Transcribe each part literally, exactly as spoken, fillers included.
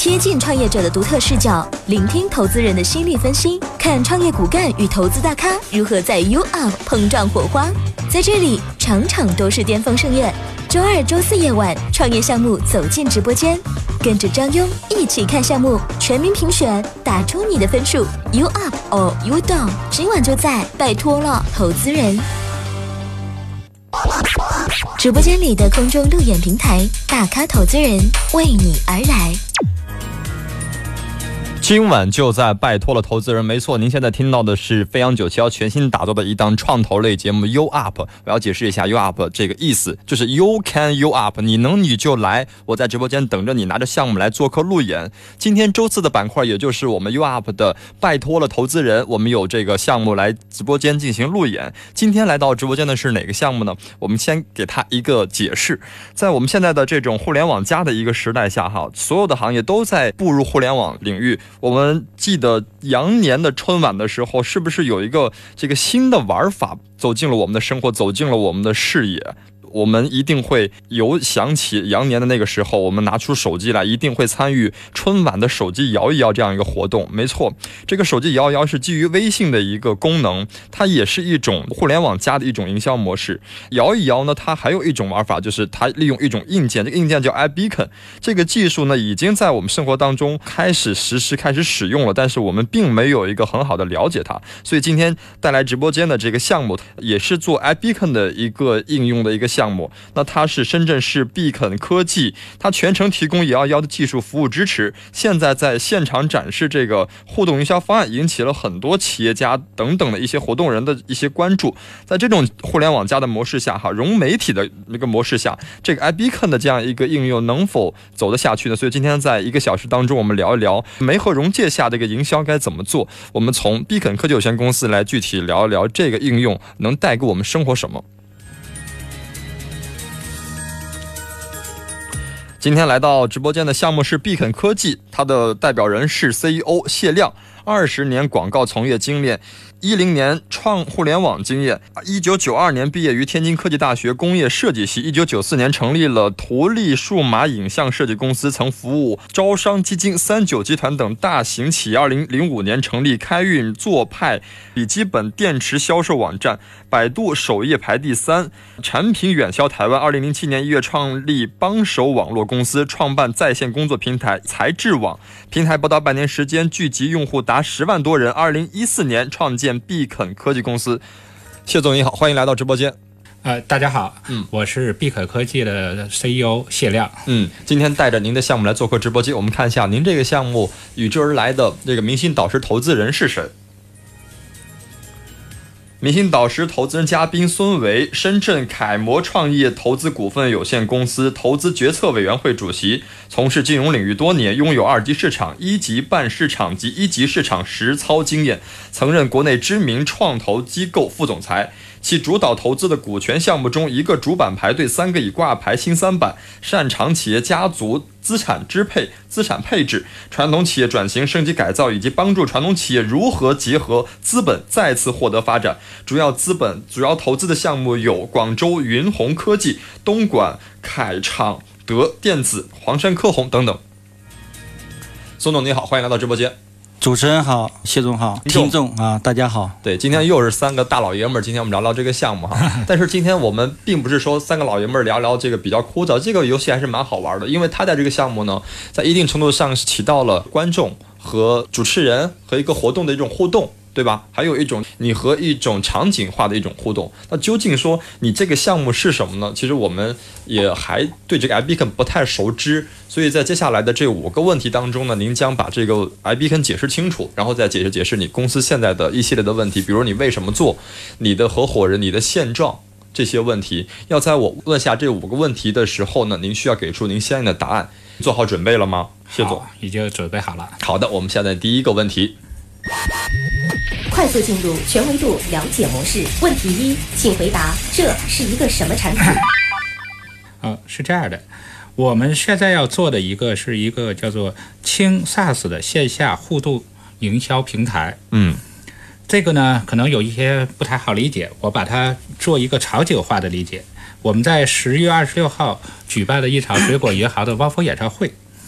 贴近创业者的独特视角，聆听投资人的心理分析，看创业骨干与投资大咖如何在 U Up 碰撞火花。在这里，场场都是巅峰盛宴。周二、周四夜晚，创业项目走进直播间，跟着张庸一起看项目，全民评选，打出你的分数。You Up or You Down， 今晚就在拜托了投资人。直播间里的空中路演平台，大咖投资人为你而来。 今晚就在拜托了投资人，没错，您现在听到的是飞扬九七幺全新打造的一档创投类节目 You Up。 我要解释一下 You Up 这个意思，就是 You can You Up， 你能你就来，我在直播间等着你，拿着项目来做客路演。今天周四的板块也就是我们 You Up 的拜托了投资人，我们有这个项目来直播间进行路演。今天来到直播间的是哪个项目呢？我们先给他一个解释。在我们现在的这种互联网加的一个时代下哈，所有的行业都在步入互联网领域。我们记得羊年的春晚的时候，是不是有一个这个新的玩法走进了我们的生活，走进了我们的视野？我们一定会有想起羊年的那个时候，我们拿出手机来，一定会参与春晚的手机摇一摇这样一个活动。没错，这个手机摇一摇是基于微信的一个功能，它也是一种互联网加的一种营销模式。摇一摇呢，它还有一种玩法，就是它利用一种硬件，这个硬件叫 iBeacon， 这个技术呢已经在我们生活当中开始实施、开始使用了，但是我们并没有一个很好的了解它。所以今天带来直播间的这个项目，也是做 iBeacon 的一个应用的一个项目。项目，那它是深圳市必肯科技，它全程提供摇一摇的技术服务支持。现在在现场展示这个互动营销方案，引起了很多企业家等等的一些活动人的一些关注。在这种互联网加的模式下，哈，融媒体的一个模式下，这个 iBeacon 的这样一个应用能否走得下去呢？所以今天在一个小时当中，我们聊一聊媒和融界下这个营销该怎么做。我们从必肯科技有限公司来具体聊一聊这个应用能带给我们生活什么。今天来到直播间的项目是必肯科技，它的代表人是 C E O 谢亮，二十年广告从业经验，一零年创互联网经验，一九九二年毕业于天津科技大学工业设计系，一九九四年成立了图力数码影像设计公司，曾服务招商基金、三九集团等大型企业。二零零五年成立开运做派笔记本电池销售网站，百度首页排第三，产品远销台湾。二零零七年一月创立帮手网络公司，创办在线工作平台才智网，平台不到半年时间聚集用户达十万多人。二零一四年创建必肯科技公司。谢总你好，欢迎来到直播间。 呃，大家好，嗯，我是必可科技的 C E O 谢亮。 嗯，今天带着您的项目来做客直播间，我们看一下您这个项目与之而来的这个明星导师投资人是谁？明星导师投资人嘉宾孙维，深圳楷模创业投资股份有限公司投资决策委员会主席，从事金融领域多年，拥有二级市场、一级半市场及一级市场实操经验，曾任国内知名创投机构副总裁。其主导投资的股权项目中，一个主板排队，三个已挂牌新三板，擅长企业家族资产支配、资产配置、传统企业转型升级改造，以及帮助传统企业如何结合资本再次获得发展。主要资本主要投资的项目有广州云鸿科技、东莞凯场德电子、黄山科鸿等等。宋总你好，欢迎来到直播间。 主持人好，谢总好，听众啊，大家好。 对，今天又是三个大老爷们儿，今天我们聊聊这个项目哈。但是今天我们并不是说三个老爷们儿聊聊这个比较枯燥，这个游戏还是蛮好玩的，因为他在这个项目呢，在一定程度上是起到了观众和主持人和一个活动的一种互动。对吧？还有一种你和一种场景化的一种互动。那究竟说你这个项目是什么呢？其实我们也还对这个 iBeacon 不太熟知，所以在接下来的这五个问题当中呢，您将把这个 iBeacon 解释清楚，然后再解释解释你公司现在的一系列的问题，比如你为什么做，你的合伙人，你的现状。这些问题要在我问下这五个问题的时候呢，您需要给出您相应的答案。做好准备了吗？谢总， 已经准备好了。 好的，我们现在第一个问题。 快速进入全维度了解模式。问题一，请回答这是一个什么产品？ 哦，是这样的，我们现在要做的一个是一个叫做轻 SaaS 的线下互动营销平台。 嗯， 这个呢可能有一些不太好理解，我把它做一个场景化的理解。我们在十月二十六号举办了一场水果银行的汪峰演唱会。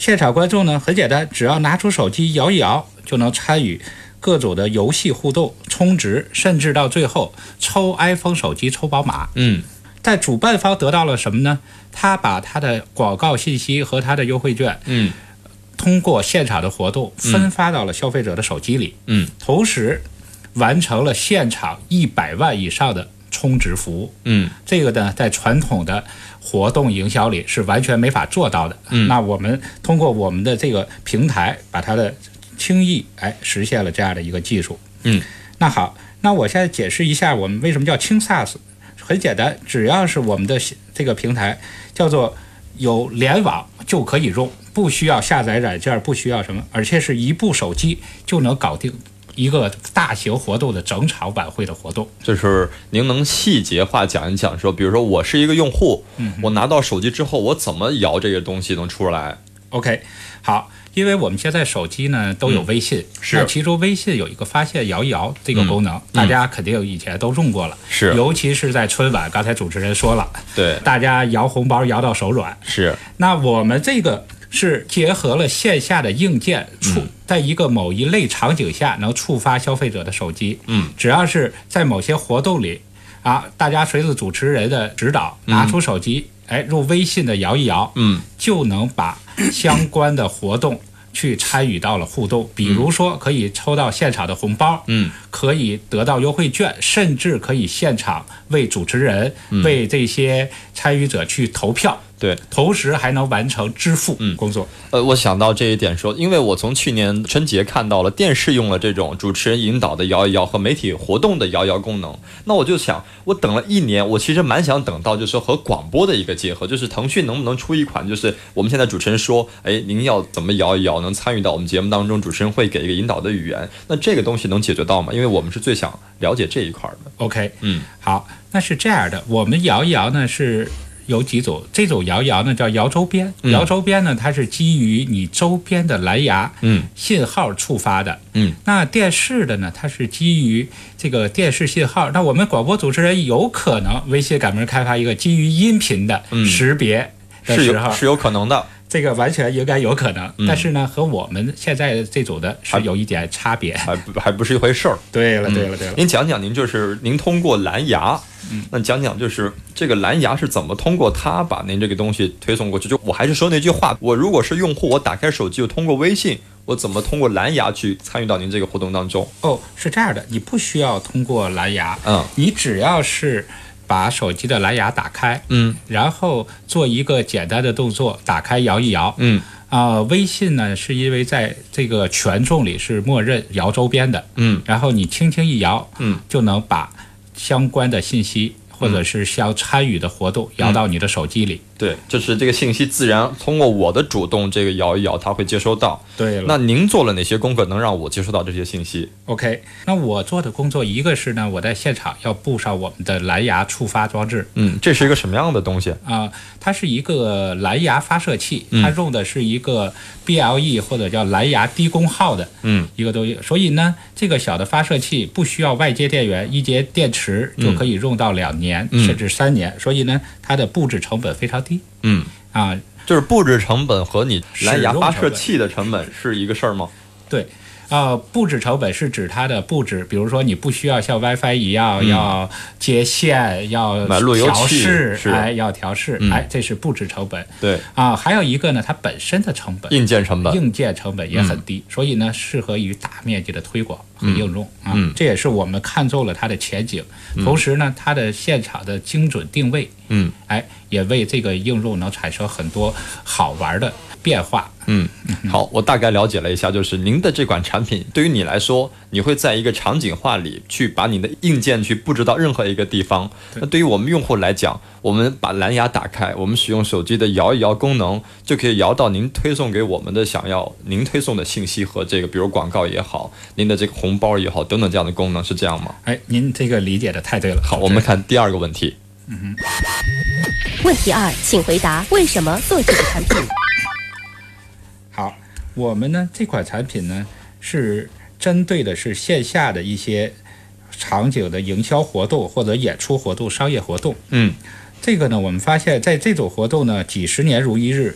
现场观众呢很简单，只要拿出手机摇一摇，就能参与各种的游戏互动、充值，甚至到最后抽 iPhone 手机、抽宝马。 嗯， 在主办方得到了什么呢？他把他的广告信息和他的优惠券， 嗯， 通过现场的活动分发到了消费者的手机里。 嗯， 同时完成了现场一百万以上的充值服务。 嗯， 这个呢，在传统的活动营销里是完全没法做到的。 嗯， 那我们通过我们的这个平台，把它的轻易哎实现了这样的一个技术。 嗯， 那好，那我现在解释一下我们为什么叫轻 SaaS。很简单，只要是我们的这个平台叫做有联网就可以用，不需要下载软件，不需要什么，而且是一部手机就能搞定一个大型活动的整场晚会的活动。 就是您能细节化讲一讲说，比如说我是一个用户，嗯，我拿到手机之后，我怎么摇这个东西能出来 ？OK， 好。因为我们现在手机呢都有微信， 嗯、是， 那其中微信有一个发现摇一摇这个功能，嗯、大家肯定以前都用过了， 是， 尤其是在春晚，刚才主持人说了， 对， 大家摇红包摇到手软， 是。 那我们这个是结合了线下的硬件，触、嗯、在一个某一类场景下能触发消费者的手机， 嗯， 只要是在某些活动里啊，大家随着主持人的指导，拿出手机，嗯、哎，用微信的摇一摇， 嗯， 就能把相关的活动去参与到了互动，比如说可以抽到现场的红包， 嗯， 可以得到优惠券，甚至可以现场为主持人、嗯、为这些参与者去投票。 对， 同时还能完成支付工作。 嗯、呃，我想到这一点说，因为我从去年春节看到了电视用了这种主持人引导的摇一摇和媒体活动的摇一摇功能，那我就想，我等了一年，我其实蛮想等到就是和广播的一个结合，就是腾讯能不能出一款，就是我们现在主持人说，哎，您要怎么摇一摇，能参与到我们节目当中，主持人会给一个引导的语言，那这个东西能解决到吗？因为我们是最想了解这一块的。 OK， 嗯， 好，那是这样的，我们摇一摇呢是有几种，这种摇一摇呢叫摇周边， 嗯、 摇周边呢它是基于你周边的蓝牙嗯信号触发的， 嗯， 那电视的呢它是基于这个电视信号，那我们广播主持人有可能微信赶明开发一个基于音频的识别的时候， 嗯、是有是有可能的。 这个完全应该有可能， 嗯、 但是呢，和我们现在这种的是有一点差别， 还不还不是一回事儿。 对了，对了，对了。 您讲讲，您就是您通过蓝牙，嗯，那讲讲就是这个蓝牙是怎么通过它把您这个东西推送过去？就我还是说那句话，我如果是用户，我打开手机，我通过微信，我怎么通过蓝牙去参与到您这个活动当中？ 哦，是这样的，你不需要通过蓝牙， 嗯， 你只要是把手机的蓝牙打开， 嗯， 然后做一个简单的动作，打开摇一摇， 嗯。 啊、呃，微信呢是因为在这个权重里是默认摇周边的， 嗯， 然后你轻轻一摇， 嗯， 就能把相关的信息或者是相参与的活动摇到你的手机里。 嗯、对，就是这个信息自然通过我的主动这个摇一摇，它会接收到。 对了， 那您做了哪些功课能让我接收到这些信息 ？OK， 那我做的工作一个是呢，我在现场要布上我们的蓝牙触发装置。 嗯，这是一个什么样的东西啊、呃？它是一个蓝牙发射器，它用的是一个 B L E 或者叫蓝牙低功耗的嗯一个东西，所以呢，这个小的发射器不需要外接电源，一节电池就可以用到两年、 嗯、 甚至三年，所以呢，它的布置成本非常低。 嗯啊， 就是布置成本和你蓝牙发射器的成本是一个事儿吗？ 对。呃，布置成本是指它的布置，比如说你不需要像 WiFi 一样、嗯、要接线，要调试，哎，要调试， 嗯、 哎，这是布置成本。 对啊、呃，还有一个呢，它本身的成本， 硬件成本， 硬件成本也很低，嗯、所以呢，适合于大面积的推广和应用、 嗯、 啊、 嗯。 这也是我们看中了它的前景， 嗯、 同时呢，它的现场的精准定位， 嗯， 哎，也为这个应用能产生很多好玩的变化。 嗯，好，我大概了解了一下，就是您的这款产品对于你来说，你会在一个场景化里去把你的硬件去布置到任何一个地方。那对于我们用户来讲，我们把蓝牙打开，我们使用手机的摇一摇功能，就可以摇到您推送给我们的想要您推送的信息和这个，比如广告也好，您的这个红包也好等等这样的功能，是这样吗？ 哎，您这个理解的太对了。 好，我们看第二个问题。 嗯哼。 问题二，请回答为什么做这个产品？ 好。我们呢这款产品呢是针对的是线下的一些场景的营销活动或者演出活动、商业活动。 嗯， 这个呢我们发现在这种活动呢几十年如一日，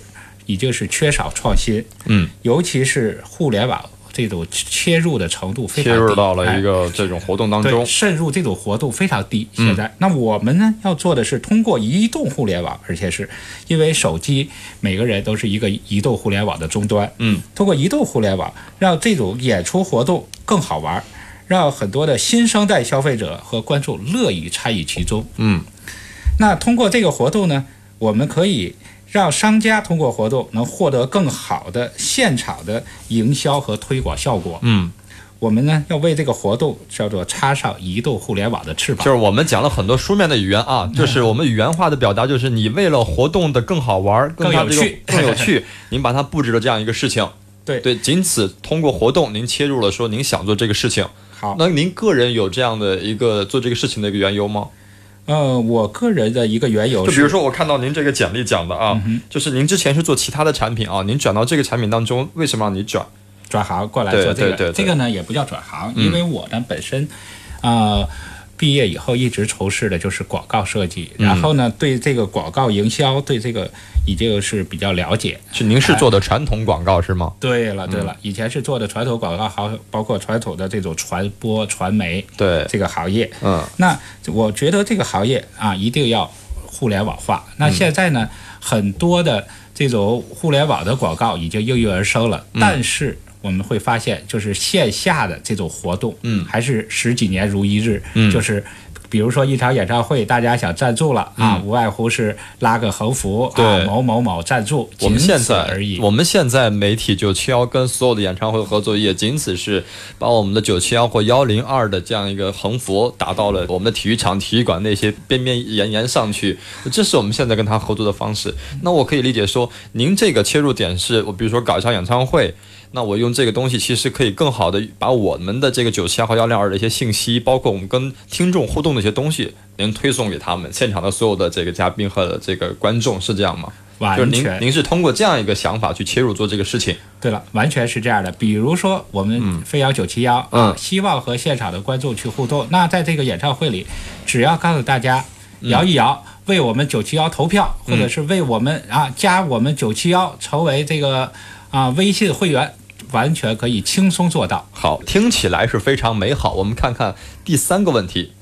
已经是缺少创新， 嗯， 尤其是互联网这种切入的程度非常低， 切入到了一个这种活动当中， 对，渗入这种活动非常低。现在，嗯、那我们呢要做的是通过移动互联网，而且是因为手机每个人都是一个移动互联网的终端， 嗯， 通过移动互联网让这种演出活动更好玩，让很多的新生代消费者和观众乐意参与其中， 嗯， 那通过这个活动呢，我们可以让商家通过活动能获得更好的现场的营销和推广效果。 嗯， 我们呢要为这个活动叫做插上移动互联网的翅膀。 就是我们讲了很多书面的语言啊，就是我们语言化的表达，就是你为了活动的更好玩、 更有趣、 更有趣，您把它布置了这样一个事情。 对对，仅此通过活动，您切入了说您想做这个事情。 好， 那您个人有这样的一个做这个事情的一个缘由吗？ 呃，我个人的一个缘由是， 就比如说我看到您这个简历讲的啊、 嗯， 就是您之前是做其他的产品啊，您转到这个产品当中，为什么让你转转行过来做这个？ 对对对对这个呢也不叫转行， 嗯、 因为我呢本身，呃。毕业以后一直从事的就是广告设计， 嗯、 然后呢，对这个广告营销，对这个已经是比较了解。 是您是做的传统广告、哎、是吗？ 对了对了、嗯，以前是做的传统广告，还包括传统的这种传播传媒对这个行业。 嗯， 那我觉得这个行业啊一定要互联网化。那现在呢，嗯、很多的这种互联网的广告已经应运而生了， 嗯、但是我们会发现，就是线下的这种活动， 嗯， 还是十几年如一日， 嗯， 就是比如说一场演唱会，大家想赞助了、嗯、啊，无外乎是拉个横幅， 对啊，某某某赞助， 我们现在而已。 我们现在媒体九七一跟所有的演唱会合作，也仅此是把我们的九七一或一零二的这样一个横幅打到了我们的体育场、体育馆那些边边沿沿上去，这是我们现在跟他合作的方式。那我可以理解说，您这个切入点是我比如说搞一场演唱会。那我用这个东西其实可以更好的把我们的这个九七一和一零二的一些信息，包括我们跟听众互动的一些东西，能推送给他们现场的所有的这个嘉宾和这个观众，是这样吗？ 完全， 就是您您是通过这样一个想法去切入做这个事情。 对了，完全是这样的。比如说我们飞扬九七一啊、 嗯， 希望和现场的观众去互动。那在这个演唱会里，只要告诉大家摇一摇。嗯，为我们九七一投票，或者是为我们啊加我们九七一成为这个啊微信会员，完全可以轻松做到。 好，听起来是非常美好。我们看看第三个问题。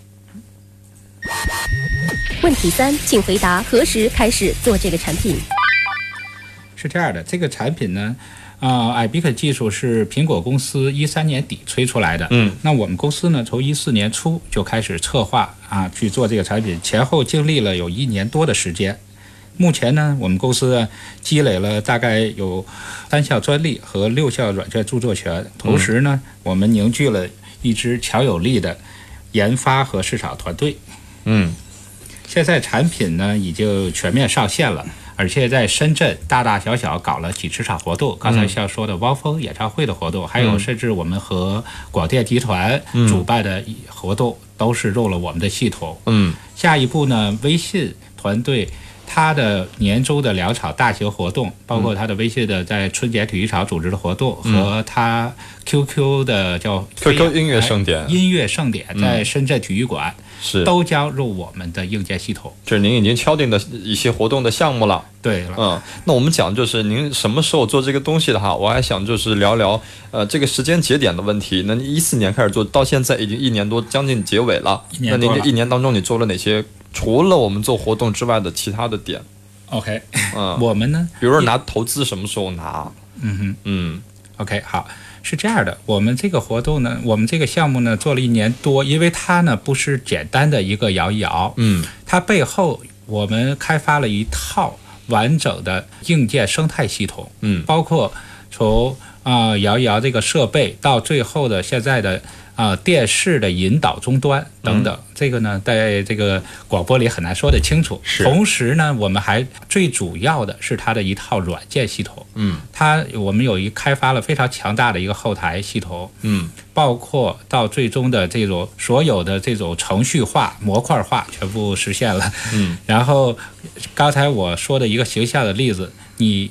问题三，请回答何时开始做这个产品？ 是这样的，这个产品呢，啊、呃，艾比克技术是苹果公司一三年底推出来的。 嗯， 那我们公司呢，从一四年初就开始策划啊去做这个产品，前后经历了有一年多的时间。目前呢，我们公司积累了大概有三项专利和六项软件著作权，同时呢，嗯、我们凝聚了一支强有力的研发和市场团队。 嗯， 现在产品呢已经全面上线了。而且在深圳大大小小搞了几十场活动，刚才像说的汪峰演唱会的活动，嗯、还有甚至我们和广电集团主办的活动，嗯、都是用了我们的系统。 嗯， 下一步呢，微信团队它的年终的两场大型活动，包括它的微信的在春节体育场组织的活动，嗯、和它 Q Q 的叫 Q Q 音乐盛典， 音乐盛典在深圳体育馆。嗯是都将入我们的硬件系统， 这是您已经敲定的一些活动的项目了。 对了， 嗯，那我们讲就是您什么时候做这个东西的话，我还想就是聊聊呃这个时间节点的问题。那一四年开始做，到现在已经一年多，将近结尾了。 一年多了。 那您这一年当中，你做了哪些除了我们做活动之外的其他的点 ？OK， 嗯， 我们呢， 比如说拿投资什么时候拿？ 嗯哼， 嗯 ，OK， 好。是这样的，我们这个活动呢，我们这个项目呢做了一年多，因为它呢不是简单的一个摇一摇， 嗯， 它背后我们开发了一套完整的硬件生态系统， 嗯， 包括从啊、呃、摇一摇这个设备到最后的现在的啊、呃、电视的引导终端等等，嗯、这个呢在这个广播里很难说得清楚。同时呢，我们还最主要的是它的一套软件系统， 嗯， 它我们有一开发了非常强大的一个后台系统， 嗯， 包括到最终的这种所有的这种程序化、模块化全部实现了， 嗯， 然后刚才我说的一个形象的例子，你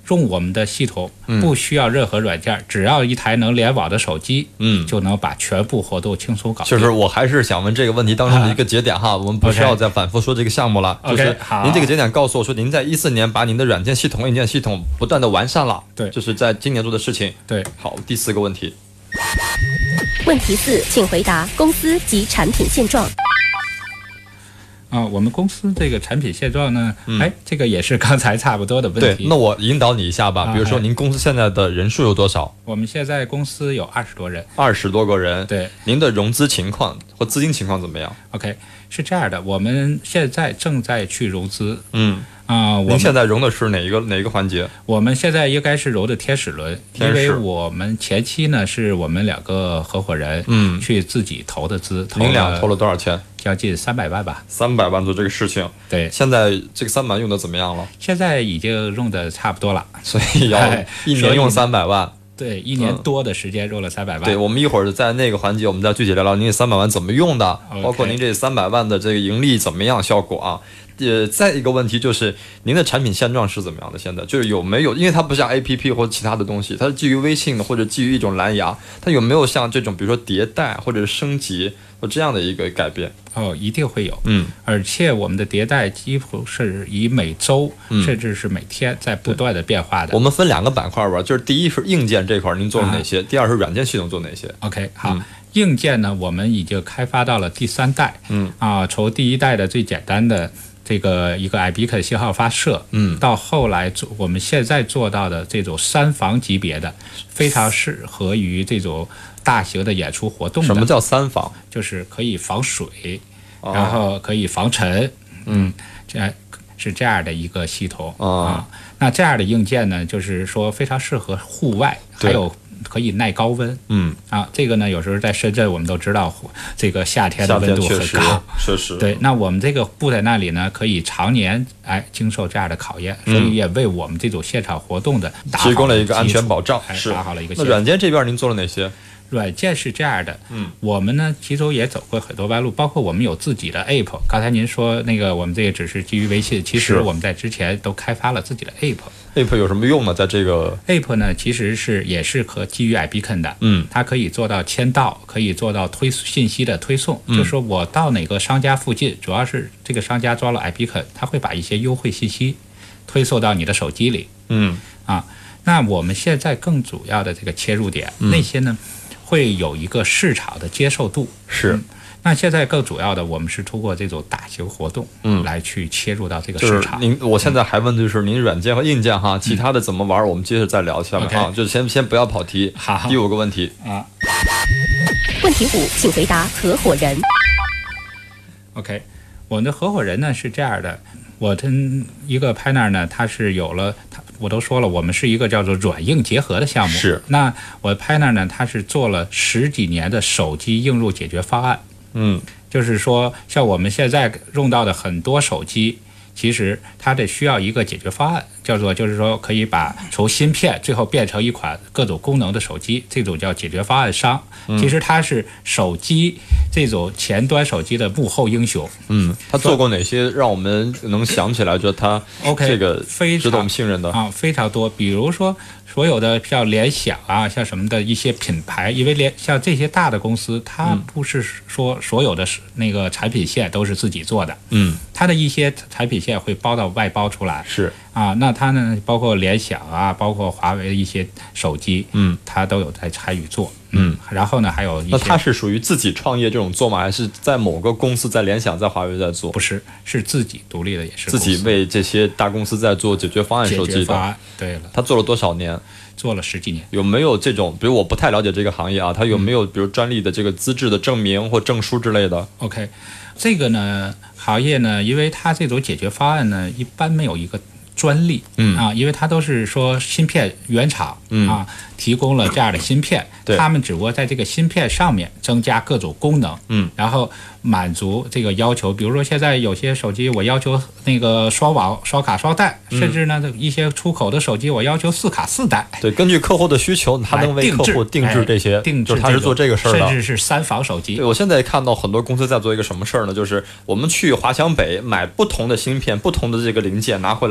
用我们的系统， 嗯不需要任何软件，只要一台能联网的手机， 嗯就能把全部活动轻松搞定。 就是我还是想问这个问题当中的一个节点哈， 啊、 我们不需要再反复说这个项目了。 okay, 就是好， 您这个节点告诉我说，您在一四年把您的软件系统、硬件系统不断的完善了， 对， 就是在今年做的事情。 对， 好，第四个问题。 问题四，请回答公司及产品现状。 啊，我们公司这个产品现状呢， 嗯、 哎，这个也是刚才差不多的问题。 对，那我引导你一下吧。啊、比如说，您公司现在的人数有多少？ 我们现在公司有二十多人。 二十多个人。 对。 您的融资情况或资金情况怎么样 ？OK， 是这样的，我们现在正在去融资。 嗯。 啊、呃， 您现在融的是哪一个哪一个环节？ 我们现在应该是融的天使轮， 天使因为我们前期呢是我们两个合伙人， 嗯， 去自己投的资。 您俩投了多少钱？ 将近三百万吧。 三百万做这个事情。 对。 现在这个三百万用的怎么样了？ 现在已经用的差不多了， 所以要一年用三百万。 对，一年多的时间用了三百万。 对，我们一会儿在那个环节，我们再具体聊聊您这三百万怎么用的， okay. 包括您这三百万的这个盈利怎么样，效果啊。呃，再一个问题就是您的产品现状是怎么样的？现在就是有没有，因为它不像 A P P 或者其他的东西，它是基于微信的或者基于一种蓝牙，它有没有像这种比如说迭代或者是升级或这样的一个改变？ 哦，一定会有， 嗯， 而且我们的迭代几乎是以每周、 嗯、 甚至是每天在不断的变化的。 我们分两个板块吧，就是第一是硬件这块您做了哪些，啊、第二是软件系统做哪些 ？OK， 好。 嗯硬件呢，我们已经开发到了第三代， 嗯啊，从第一代的最简单的这个一个 iBeacon 信号发射， 嗯， 到后来做我们现在做到的这种三防级别的，非常适合于这种大型的演出活动的。 什么叫三防？ 就是可以防水， 哦、 然后可以防尘， 嗯， 这样是这样的一个系统、 哦、 啊。那这样的硬件呢，就是说非常适合户外，还有。可以耐高温， 嗯啊，这个呢，有时候在深圳我们都知道，这个夏天的温度很高， 确实， 对。那我们这个布在那里呢，可以常年哎经受这样的考验，所以也为我们这种现场活动的打好提供了一个安全保障， 是打好了一个。 那软件这边您做了哪些？ 软件是这样的， 嗯， 我们呢其中也走过很多弯路，包括我们有自己的 app。刚才您说那个我们这个只是基于微信，其实我们在之前都开发了自己的 app。app 有什么用呢？在这个 app 呢，其实是也是可基于 iBeacon 的， 嗯， 它可以做到签到，可以做到推信息的推送， 嗯、 就是说我到哪个商家附近，主要是这个商家装了 iBeacon，它会把一些优惠信息推送到你的手机里， 嗯啊，那我们现在更主要的这个切入点， 嗯、 那些呢？会有一个市场的接受度， 是、 嗯。那现在更主要的，我们是通过这种大型活动， 嗯， 来去切入到这个市场。 就是、您，我现在还问的就是您软件和硬件哈，嗯、其他的怎么玩，我们接着再聊下面啊， okay. 就先先不要跑题。 好， 第五个问题啊。 问题五，请回答合伙人。 OK， 我们的合伙人呢是这样的，我跟一个 partner 呢，他是有了他。我都说了，我们是一个叫做软硬结合的项目。 是。 那我 partner 呢，他是做了十几年的手机应用解决方案。 嗯， 就是说，像我们现在用到的很多手机，其实它得需要一个解决方案，叫做就是说可以把从芯片最后变成一款各种功能的手机，这种叫解决方案商。 嗯、 其实它是手机这种前端手机的幕后英雄。 嗯，他做过哪些让我们能想起来，就他 OK 这个非值得我们信任的啊，非常多。比如说所有的像联想啊，像什么的一些品牌，因为联像这些大的公司，它不是说所有的那个产品线都是自己做的， 嗯， 它的一些产品线会包到外包出来， 是啊，那它呢，包括联想啊，包括华为的一些手机， 嗯， 它都有在参与做， 嗯， 然后呢，还有一些， 那它是属于自己创业这种做吗？还是在某个公司，在联想、在华为在做？ 不是，是自己独立的，也是自己为这些大公司在做解决方案手机的。 解决方案，对了， 他做了多少年？ 做了十几年。 有没有这种，比如我不太了解这个行业啊，他有没有比如专利的这个资质的证明或证书之类的 ？OK， 这个呢，行业呢，因为它这种解决方案呢，一般没有一个专利， 嗯啊，因为它都是说芯片原厂、 嗯、 啊提供了这样的芯片，他们只不过在这个芯片上面增加各种功能， 嗯， 然后满足这个要求。比如说现在有些手机我要求那个双网、双卡、双待， 嗯、 甚至呢一些出口的手机我要求四卡四待。 对，根据客户的需求，他能为客户定制这些， 哎、定制就是他是做这个事儿的， 甚至是三防手机。 对，我现在看到很多公司在做一个什么事儿呢？就是我们去华强北买不同的芯片、不同的这个零件拿回来，我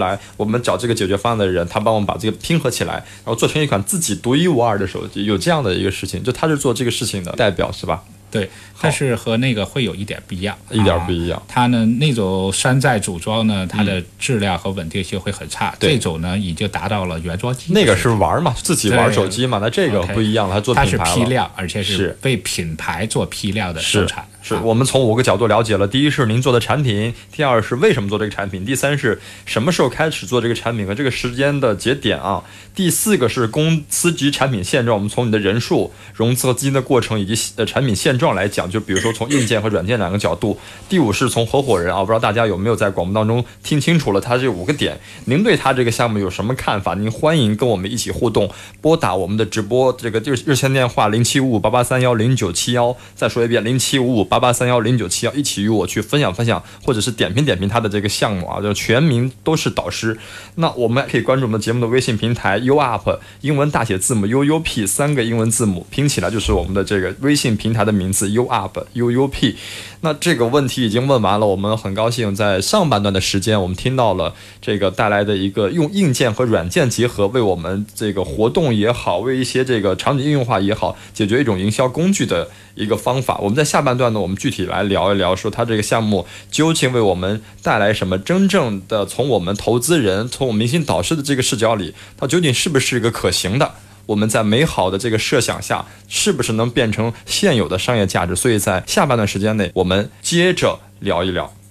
我们找这个解决方案的人，他帮我们把这个拼合起来，然后做成一款自己独一无二的手机，有这样的一个事情，就他是做这个事情的代表，是吧？ 对，但是和那个会有一点不一样， 一点不一样。 啊、它呢，那种山寨组装呢，它的质量和稳定性会很差。嗯、这种呢，已经达到了原装机。 那个是玩嘛，自己玩手机嘛，那这个不一样了，它做品牌了。 它是批量，而且是为品牌做批量的生产。 是, 是、啊、我们从五个角度了解了：第一是您做的产品，第二是为什么做这个产品，第三是什么时候开始做这个产品和这个时间的节点啊，第四个是公司级产品现状，我们从你的人数、融资和资金的过程以及呃产品现状来讲，就比如说从硬件和软件两个角度。第五是从合伙人啊，不知道大家有没有在广播当中听清楚了他这五个点，您对他这个项目有什么看法？您欢迎跟我们一起互动，拨打我们的直播这个热线电话零七五五八八三幺零九七幺，再说一遍零七五五八八三幺零九七幺，一起与我去分享分享，或者是点评点评他的这个项目啊，就全民都是导师。那我们可以关注我们节目的微信平台 U up， 英文大写字母 U U P 三个英文字母拼起来就是我们的这个微信平台的名字 U up U U P。那这个问题已经问完了，我们很高兴在上半段的时间，我们听到了这个带来的一个用硬件和软件结合，为我们这个活动也好，为一些这个场景应用化也好，解决一种营销工具的一个方法。我们在下半段呢，我们具体来聊一聊，说它这个项目究竟为我们带来什么，真正的从我们投资人、从我们明星导师的这个视角里，它究竟是不是一个可行的？我们在美好的这个设想下，是不是能变成现有的商业价值？所以在下半段时间内，我们接着聊一聊。